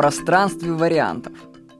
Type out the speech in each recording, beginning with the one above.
пространстве вариантов.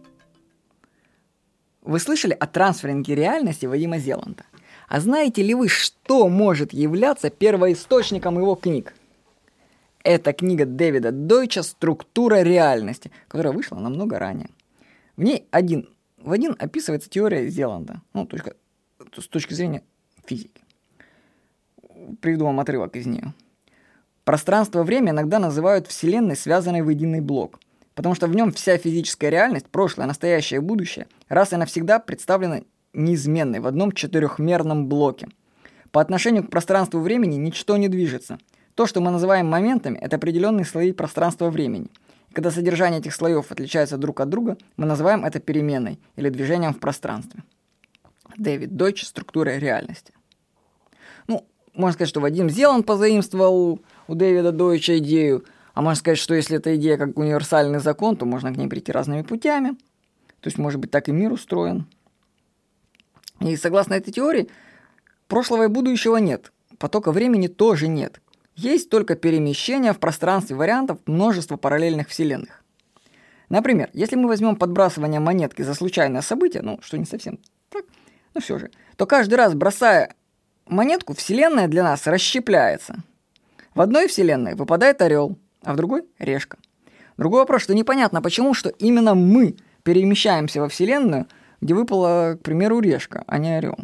Вы слышали о трансферинге реальности Вадима Зеланда? А знаете ли вы, что может являться первоисточником его книг? Это книга Дэвида Дойча «Структура реальности», которая вышла намного ранее. В ней один в один описывается теория Зеланда, с точки зрения физики. Приведу вам отрывок из нее. Пространство-время иногда называют Вселенной, связанной в единый блок, потому что в нем вся физическая реальность, прошлое, настоящее и будущее, раз и навсегда представлены неизменной в одном четырехмерном блоке. По отношению к пространству-времени ничто не движется. То, что мы называем моментами, это определенные слои пространства-времени. И когда содержание этих слоев отличается друг от друга, мы называем это переменной или движением в пространстве. Дэвид Дойч «Структура реальности». Можно сказать, что Вадим Зеланд позаимствовал у Дэвида Дойча идею, а можно сказать, что если эта идея как универсальный закон, то можно к ней прийти разными путями. То есть, может быть, так и мир устроен. И согласно этой теории, прошлого и будущего нет, потока времени тоже нет. Есть только перемещение в пространстве вариантов множества параллельных вселенных. Например, если мы возьмем подбрасывание монетки за случайное событие, что не совсем так, но все же, то каждый раз, бросая монетку, вселенная для нас расщепляется. В одной вселенной выпадает орел, а в другой – решка. Другой вопрос, что непонятно почему, что именно мы перемещаемся во вселенную, где выпала, к примеру, решка, а не орел.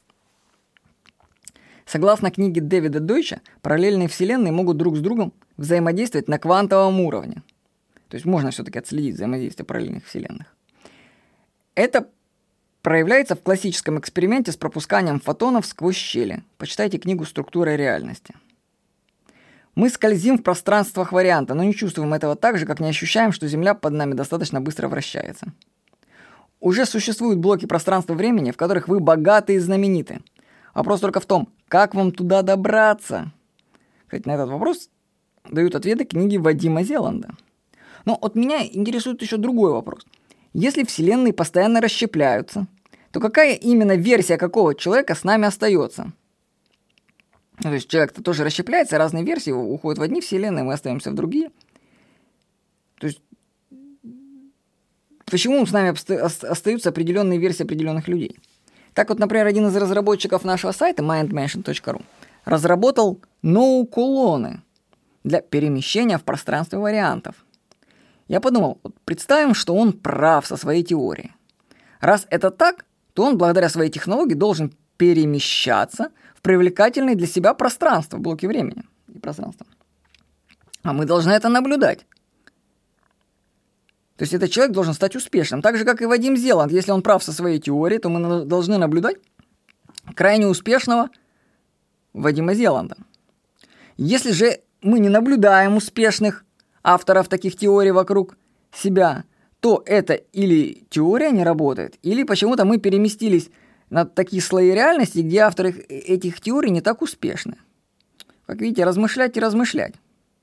Согласно книге Дэвида Дойча, параллельные вселенные могут друг с другом взаимодействовать на квантовом уровне. То есть можно все-таки отследить взаимодействие параллельных вселенных. Это проявляется в классическом эксперименте с пропусканием фотонов сквозь щели. Почитайте книгу «Структура реальности». Мы скользим в пространствах варианта, но не чувствуем этого так же, как не ощущаем, что Земля под нами достаточно быстро вращается. Уже существуют блоки пространства-времени, в которых вы богаты и знамениты. Вопрос только в том, как вам туда добраться. Кстати, на этот вопрос дают ответы книги Вадима Зеланда. Но от меня интересует еще другой вопрос. Если вселенные постоянно расщепляются, то какая именно версия какого человека с нами остается? То есть человек-то тоже расщепляется, разные версии уходят в одни вселенные, мы остаемся в другие. То есть почему с нами остаются определенные версии определенных людей? Так вот, например, один из разработчиков нашего сайта, mindmansion.ru, разработал ноу-кулоны для перемещения в пространстве вариантов. Я подумал, представим, что он прав со своей теорией. Раз это так, то он благодаря своей технологии должен перемещаться в привлекательные для себя пространства, блоки времени и пространства. А мы должны это наблюдать. То есть этот человек должен стать успешным. Так же, как и Вадим Зеланд. Если он прав со своей теорией, то мы должны наблюдать крайне успешного Вадима Зеланда. Если же мы не наблюдаем успешных авторов таких теорий вокруг себя, то это или теория не работает, или почему-то мы переместились на такие слои реальности, где авторы этих теорий не так успешны. Как видите, размышлять и размышлять.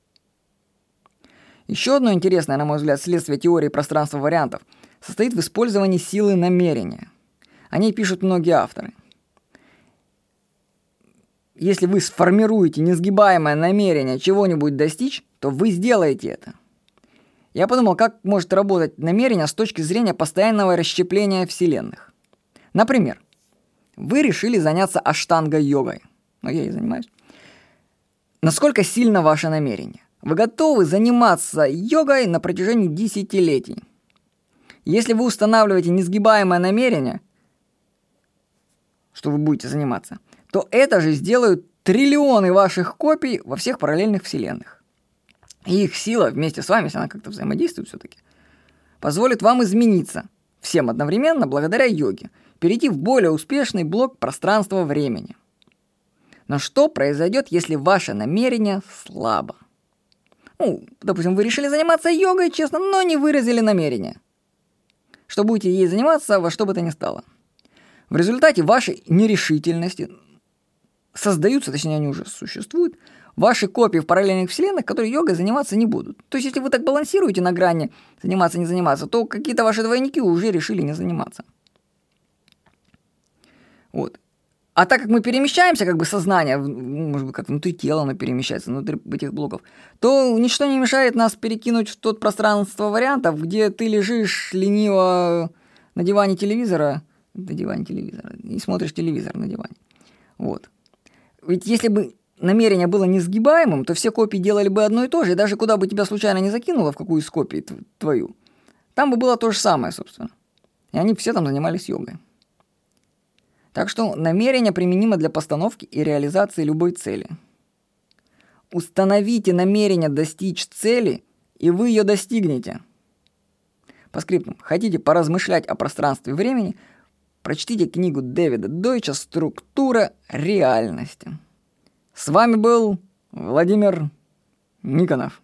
Еще одно интересное, на мой взгляд, следствие теории пространства вариантов состоит в использовании силы намерения. О ней пишут многие авторы. Если вы сформируете несгибаемое намерение чего-нибудь достичь, то вы сделаете это. Я подумал, как может работать намерение с точки зрения постоянного расщепления вселенных. Например, вы решили заняться аштанга-йогой. Я и занимаюсь. Насколько сильно ваше намерение? Вы готовы заниматься йогой на протяжении десятилетий. Если вы устанавливаете несгибаемое намерение, что вы будете заниматься, то это же сделают триллионы ваших копий во всех параллельных вселенных. И их сила вместе с вами, если она как-то взаимодействует все-таки, позволит вам измениться всем одновременно благодаря йоге, перейти в более успешный блок пространства-времени. Но что произойдет, если ваше намерение слабо? Допустим, вы решили заниматься йогой, честно, но не выразили намерение, что будете ей заниматься во что бы то ни стало. В результате вашей нерешительности создаются, точнее, они уже существуют, ваши копии в параллельных вселенных, которые йогой заниматься не будут. То есть, если вы так балансируете на грани заниматься, не заниматься, то какие-то ваши двойники уже решили не заниматься. А так как мы перемещаемся, как бы сознание, может быть, как внутри тела оно перемещается, внутри этих блоков, то ничто не мешает нас перекинуть в тот пространство вариантов, где ты лежишь лениво на диване телевизора и смотришь телевизор на диване. Вот. Ведь если бы намерение было несгибаемым, то все копии делали бы одно и то же, и даже куда бы тебя случайно не закинуло, в какую из копий твою, там бы было то же самое, собственно. И они все там занимались йогой. Так что намерение применимо для постановки и реализации любой цели. Установите намерение достичь цели, и вы ее достигнете. По скриптам. Хотите поразмышлять о пространстве и времени? Прочтите книгу Дэвида Дойча «Структура реальности». С вами был Владимир Никонов.